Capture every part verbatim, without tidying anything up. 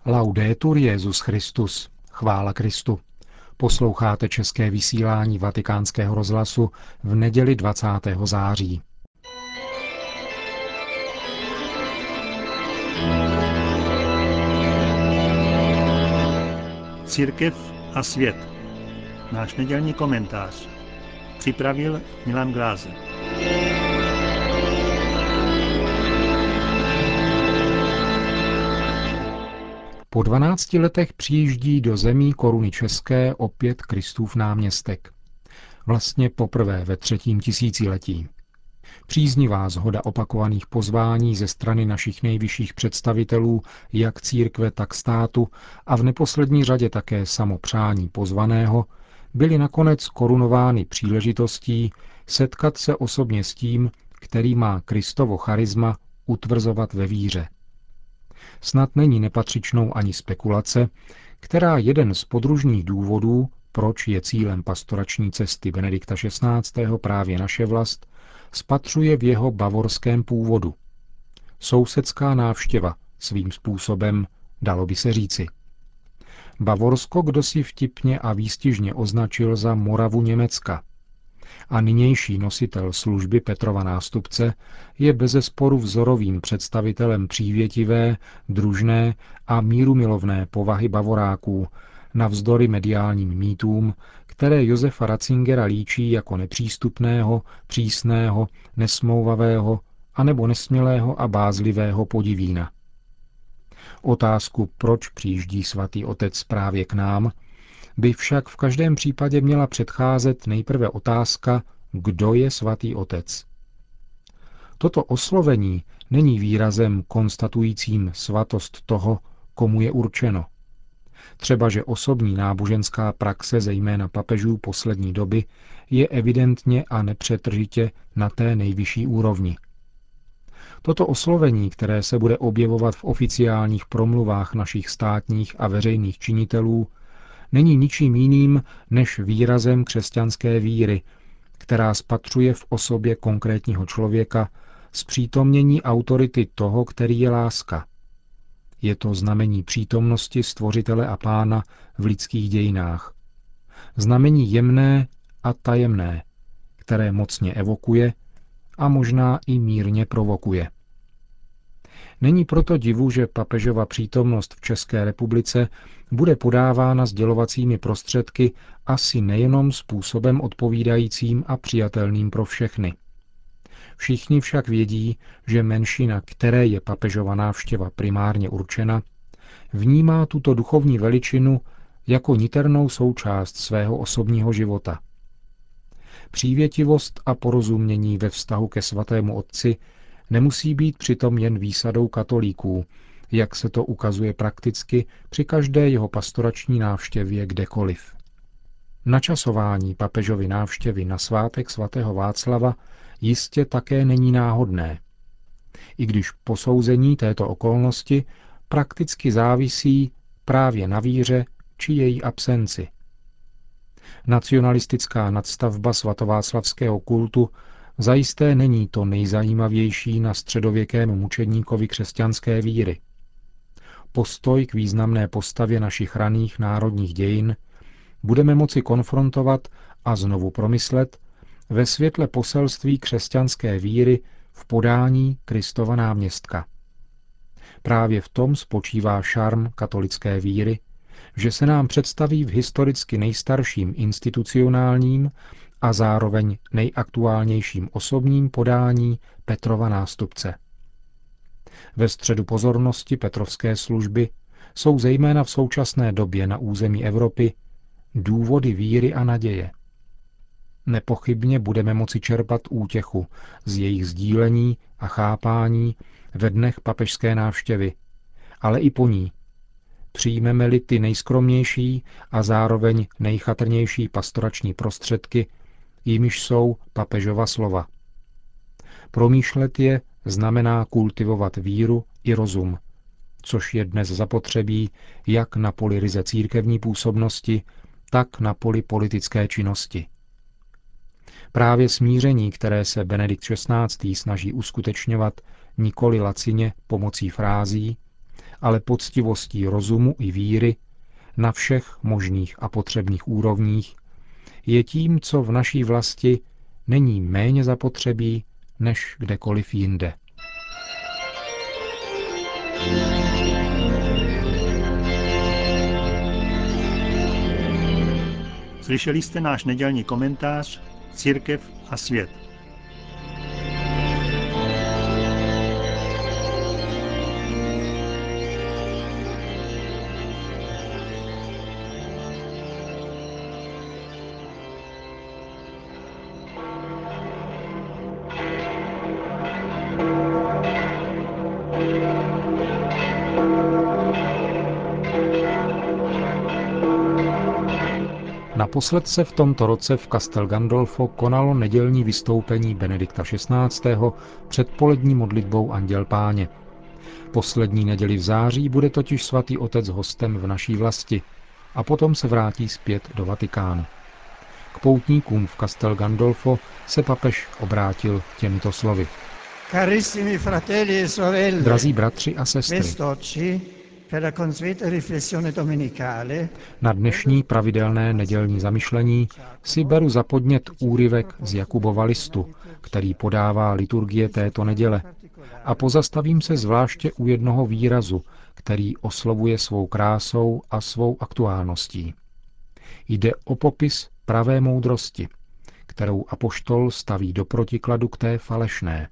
Laudetur Jesus Christus. Chvála Kristu. Posloucháte české vysílání Vatikánského rozhlasu v neděli dvacátého září. Církev a svět. Náš nedělní komentář. Připravil Milan Glázer. Po dvanácti letech přijíždí do zemí Koruny české opět Kristův náměstek. Vlastně poprvé ve třetím tisíciletí. Příznivá shoda opakovaných pozvání ze strany našich nejvyšších představitelů, jak církve, tak státu, a v neposlední řadě také samo přání pozvaného, byly nakonec korunovány příležitostí setkat se osobně s tím, který má Kristovo charisma utvrzovat ve víře. Snad není nepatřičnou ani spekulace, která jeden z podružných důvodů, proč je cílem pastorační cesty Benedikta šestnáctého právě naše vlast, spatřuje v jeho bavorském původu. Sousedská návštěva, svým způsobem, dalo by se říci. Bavorsko kdosi vtipně a výstižně označil za Moravu Německa. A nynější nositel služby Petrova nástupce je bezesporu vzorovým představitelem přívětivé, družné a mírumilovné povahy Bavoráků, navzdory mediálním mýtům, které Josefa Ratzingera líčí jako nepřístupného, přísného, nesmouvavého anebo nesmělého a bázlivého podivína. Otázku, proč přijíždí svatý otec právě k nám, by však v každém případě měla předcházet nejprve otázka, kdo je svatý otec. Toto oslovení není výrazem konstatujícím svatost toho, komu je určeno. Třeba že osobní náboženská praxe, zejména papežů poslední doby, je evidentně a nepřetržitě na té nejvyšší úrovni. Toto oslovení, které se bude objevovat v oficiálních promluvách našich státních a veřejných činitelů, není ničím jiným než výrazem křesťanské víry, která spatřuje v osobě konkrétního člověka zpřítomnění autority toho, který je láska. Je to znamení přítomnosti Stvořitele a Pána v lidských dějinách. Znamení jemné a tajemné, které mocně evokuje a možná i mírně provokuje. Není proto divu, že papežova přítomnost v České republice bude podávána sdělovacími prostředky asi nejenom způsobem odpovídajícím a přijatelným pro všechny. Všichni však vědí, že menšina, které je papežova návštěva primárně určena, vnímá tuto duchovní veličinu jako niternou součást svého osobního života. Přívětivost a porozumění ve vztahu ke svatému otci nemusí být přitom jen výsadou katolíků, jak se to ukazuje prakticky při každé jeho pastorační návštěvě kdekoliv. Načasování papežovy návštěvy na svátek svatého Václava jistě také není náhodné. I když posouzení této okolnosti prakticky závisí právě na víře či její absenci. Nacionalistická nadstavba svatováclavského kultu zajisté není to nejzajímavější na středověkém mučedníkovi křesťanské víry. Postoj k významné postavě našich raných národních dějin budeme moci konfrontovat a znovu promyslet ve světle poselství křesťanské víry v podání Kristova náměstka. Právě v tom spočívá šarm katolické víry, že se nám představí v historicky nejstarším institucionálním a zároveň nejaktuálnějším osobním podání Petrova nástupce. Ve středu pozornosti Petrovské služby jsou zejména v současné době na území Evropy důvody víry a naděje. Nepochybně budeme moci čerpat útěchu z jejich sdílení a chápání ve dnech papežské návštěvy, ale i po ní. Přijmeme-li ty nejskromnější a zároveň nejchatrnější pastorační prostředky, jimiž jsou papežova slova. Promýšlet je znamená kultivovat víru i rozum, což je dnes zapotřebí jak na poli ryze církevní působnosti, tak na poli politické činnosti. Právě smíření, které se Benedikt šestnáctý snaží uskutečňovat nikoli lacině pomocí frází, ale poctivostí rozumu i víry na všech možných a potřebných úrovních, je tím, co v naší vlasti není méně zapotřebí než kdekoliv jinde. Slyšeli jste náš nedělní komentář Církev a svět. Naposled se v tomto roce v Castel Gandolfo konalo nedělní vystoupení Benedikta šestnáctého před polední modlitbou Anděl Páně. Poslední neděli v září bude totiž svatý otec hostem v naší vlasti a potom se vrátí zpět do Vatikánu. K poutníkům v Castel Gandolfo se papež obrátil těmito slovy. Carissimi fratelli e sorelle, Drazí bratři a sestry, quest'oggi, per la consueta riflessione domenicale, na dnešní pravidelné nedělní zamyšlení si beru za podnět úryvek z Jakubova listu, který podává liturgie této neděle, a pozastavím se zvláště u jednoho výrazu, který oslovuje svou krásou a svou aktuálností. Jde o popis pravé moudrosti, kterou apoštol staví do protikladu k té falešné.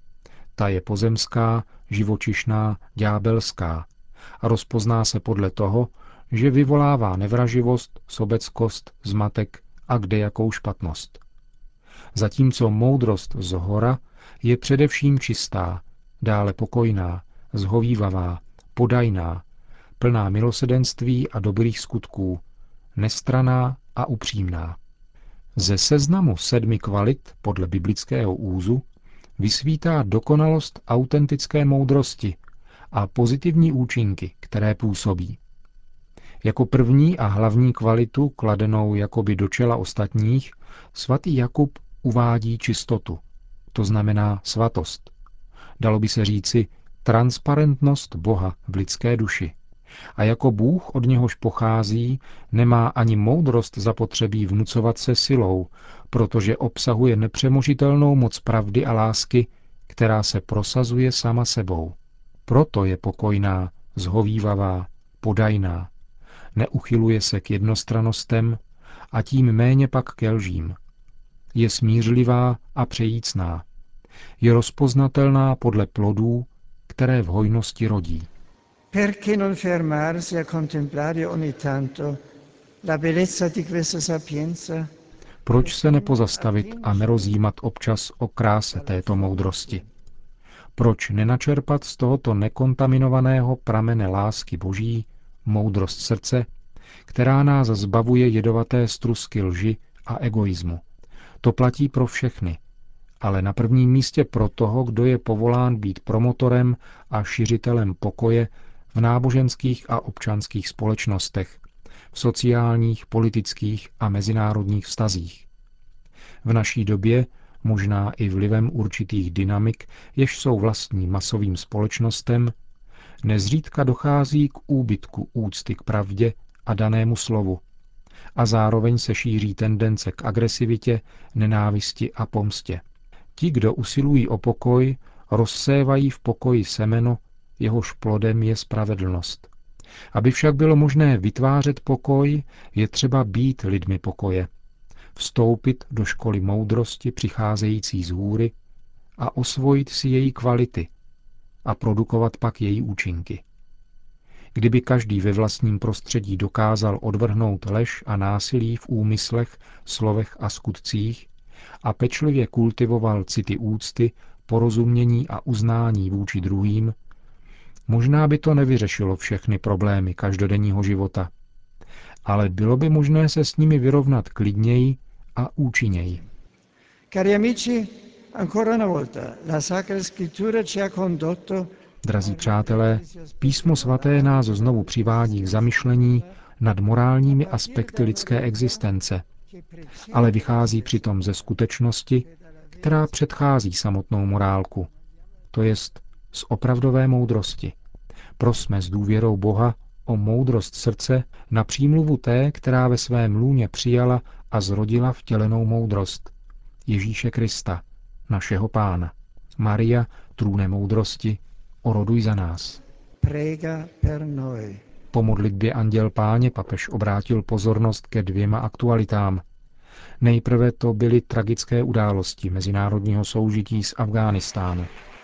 Ta je pozemská, živočišná, ďábelská a rozpozná se podle toho, že vyvolává nevraživost, sobeckost, zmatek a kdejakou špatnost. Zatímco moudrost zhora je především čistá, dále pokojná, zhovívavá, podajná, plná milosedenství a dobrých skutků, nestranná a upřímná. Ze seznamu sedmi kvalit podle biblického úzu vysvítá dokonalost autentické moudrosti a pozitivní účinky, které působí. Jako první a hlavní kvalitu, kladenou jakoby do čela ostatních, svatý Jakub uvádí čistotu, to znamená svatost. Dalo by se říci transparentnost Boha v lidské duši. A jako Bůh, od něhož pochází, nemá ani moudrost zapotřebí vnucovat se silou, protože obsahuje nepřemožitelnou moc pravdy a lásky, která se prosazuje sama sebou. Proto je pokojná, zhovívavá, podajná. Neuchyluje se k jednostrannostem a tím méně pak ke lžím. Je smířlivá a přejícná. Je rozpoznatelná podle plodů, které v hojnosti rodí. perché non fermarsi a contemplare ogni tanto la bellezza di questa sapienza? Proč se nepozastavit a nerozjímat občas o kráse této moudrosti? Proč nenačerpat z tohoto nekontaminovaného pramene lásky Boží moudrost srdce, která nás zbavuje jedovaté strusky lži a egoismu? To platí pro všechny, ale na prvním místě pro toho, kdo je povolán být promotorem a šiřitelem pokoje v náboženských a občanských společnostech, v sociálních, politických a mezinárodních vztazích. V naší době, možná i vlivem určitých dynamik, jež jsou vlastní masovým společnostem, nezřídka dochází k úbytku úcty k pravdě a danému slovu a zároveň se šíří tendence k agresivitě, nenávisti a pomstě. Ti, kdo usilují o pokoj, rozsévají v pokoji semeno, jehož plodem je spravedlnost. Aby však bylo možné vytvářet pokoj, je třeba být lidmi pokoje, vstoupit do školy moudrosti přicházející z hůry a osvojit si její kvality a produkovat pak její účinky. Kdyby každý ve vlastním prostředí dokázal odvrhnout lež a násilí v úmyslech, slovech a skutcích a pečlivě kultivoval city úcty, porozumění a uznání vůči druhým, možná by to nevyřešilo všechny problémy každodenního života, ale bylo by možné se s nimi vyrovnat klidněji a účinněji. Cari amici, ancora una volta, la Sacra Scrittura ci ha condotto. Drazí přátelé, Písmo svaté nás znovu přivádí k zamyšlení nad morálními aspekty lidské existence, ale vychází přitom ze skutečnosti, která předchází samotnou morálku, to jest z opravdové moudrosti, Prosme s důvěrou Boha o moudrost srdce na přímluvu té, která ve svém lůně přijala a zrodila vtělenou moudrost, Ježíše Krista, našeho Pána. Maria, trůne moudrosti, oroduj za nás. Prega per noi. Po modlitbě Anděl Páně papež obrátil pozornost ke dvěma aktualitám. Nejprve to byly tragické události mezinárodního soužití z Afghánistánu.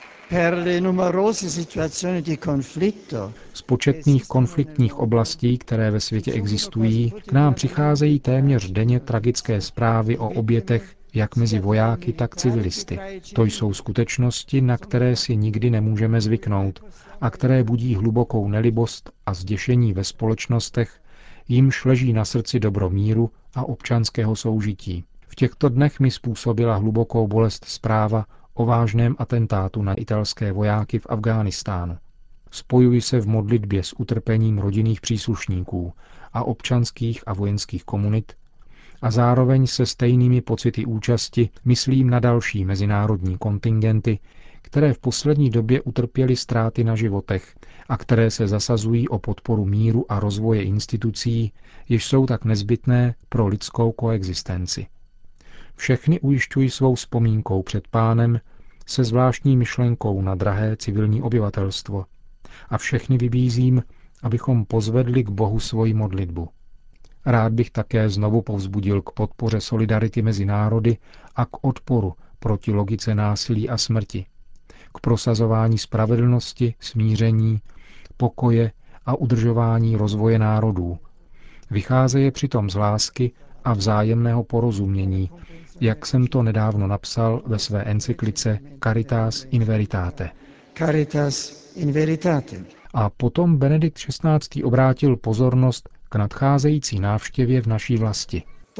Z početných konfliktních oblastí, které ve světě existují, k nám přicházejí téměř denně tragické zprávy o obětech jak mezi vojáky, tak civilisty. To jsou skutečnosti, na které si nikdy nemůžeme zvyknout a které budí hlubokou nelibost a zděšení ve společnostech, jimž leží na srdci dobro míru a občanského soužití. V těchto dnech mi způsobila hlubokou bolest zpráva o vážném atentátu na italské vojáky v Afghánistánu. Spojuji se v modlitbě s utrpením rodinných příslušníků a občanských a vojenských komunit a zároveň se stejnými pocity účasti myslím na další mezinárodní kontingenty, které v poslední době utrpěly ztráty na životech a které se zasazují o podporu míru a rozvoje institucí, jež jsou tak nezbytné pro lidskou koexistenci. Všechny ujišťuji svou vzpomínkou před Pánem se zvláštní myšlenkou na drahé civilní obyvatelstvo a všechny vybízím, abychom pozvedli k Bohu svoji modlitbu. Rád bych také znovu povzbudil k podpoře solidarity mezi národy a k odporu proti logice násilí a smrti, k prosazování spravedlnosti, smíření, pokoje a udržování rozvoje národů. Vycházeje přitom z lásky a vzájemného porozumění, jak jsem to nedávno napsal ve své encyklice Caritas in Veritate. Caritas in Veritate. A potom Benedikt šestnáctý obrátil pozornost k nadcházející návštěvě v naší vlasti.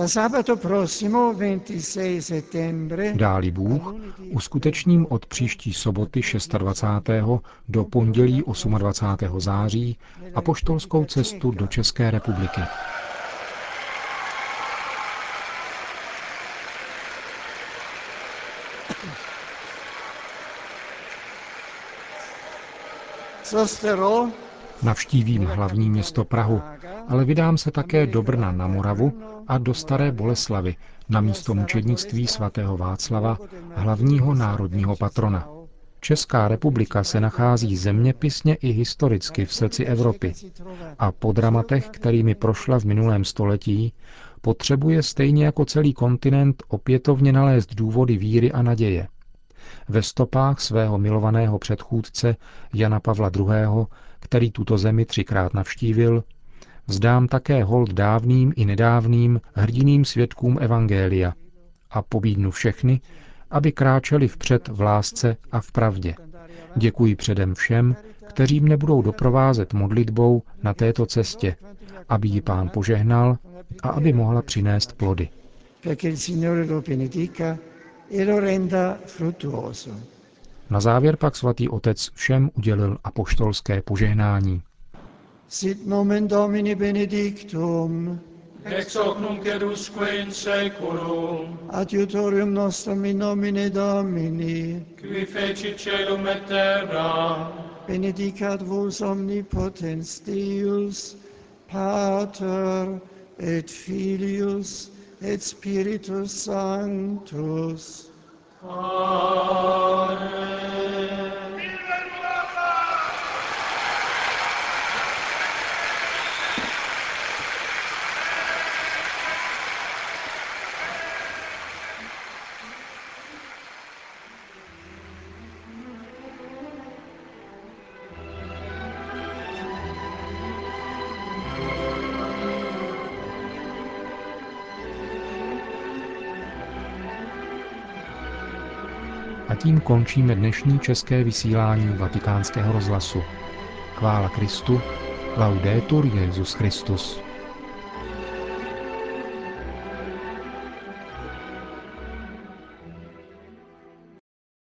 Dáli Bůh uskutečním od příští soboty dvacátého šestého do pondělí dvacátého osmého září apoštolskou cestu do České republiky. Navštívím hlavní město Prahu, ale vydám se také do Brna na Moravu a do Staré Boleslavi na místo mučednictví svatého Václava, hlavního národního patrona. Česká republika se nachází zeměpisně i historicky v srdci Evropy a po dramatech, kterými prošla v minulém století, potřebuje stejně jako celý kontinent opětovně nalézt důvody víry a naděje. Ve stopách svého milovaného předchůdce Jana Pavla druhého., který tuto zemi třikrát navštívil, vzdám také hold dávným i nedávným hrdinným svědkům evangelia a pobídnu všechny, aby kráčeli vpřed v lásce a v pravdě. Děkuji předem všem, kteří mne budou doprovázet modlitbou na této cestě, aby ji Pán požehnal a aby mohla přinést plody. Na závěr pak svatý otec všem udělil apoštolské požehnání. Sit nomen Domini benedictum, ex hoc nunc et usque in saeculum, adiutorium nostrum in nomine Domini, qui fecit caelum et terra, benedicat vos omnipotens Deus, Pater et Filius et Spiritus Sanctus. Amen. A tím končíme dnešní české vysílání Vatikánského rozhlasu. Chvála Kristu, laudetur Jesus Christus.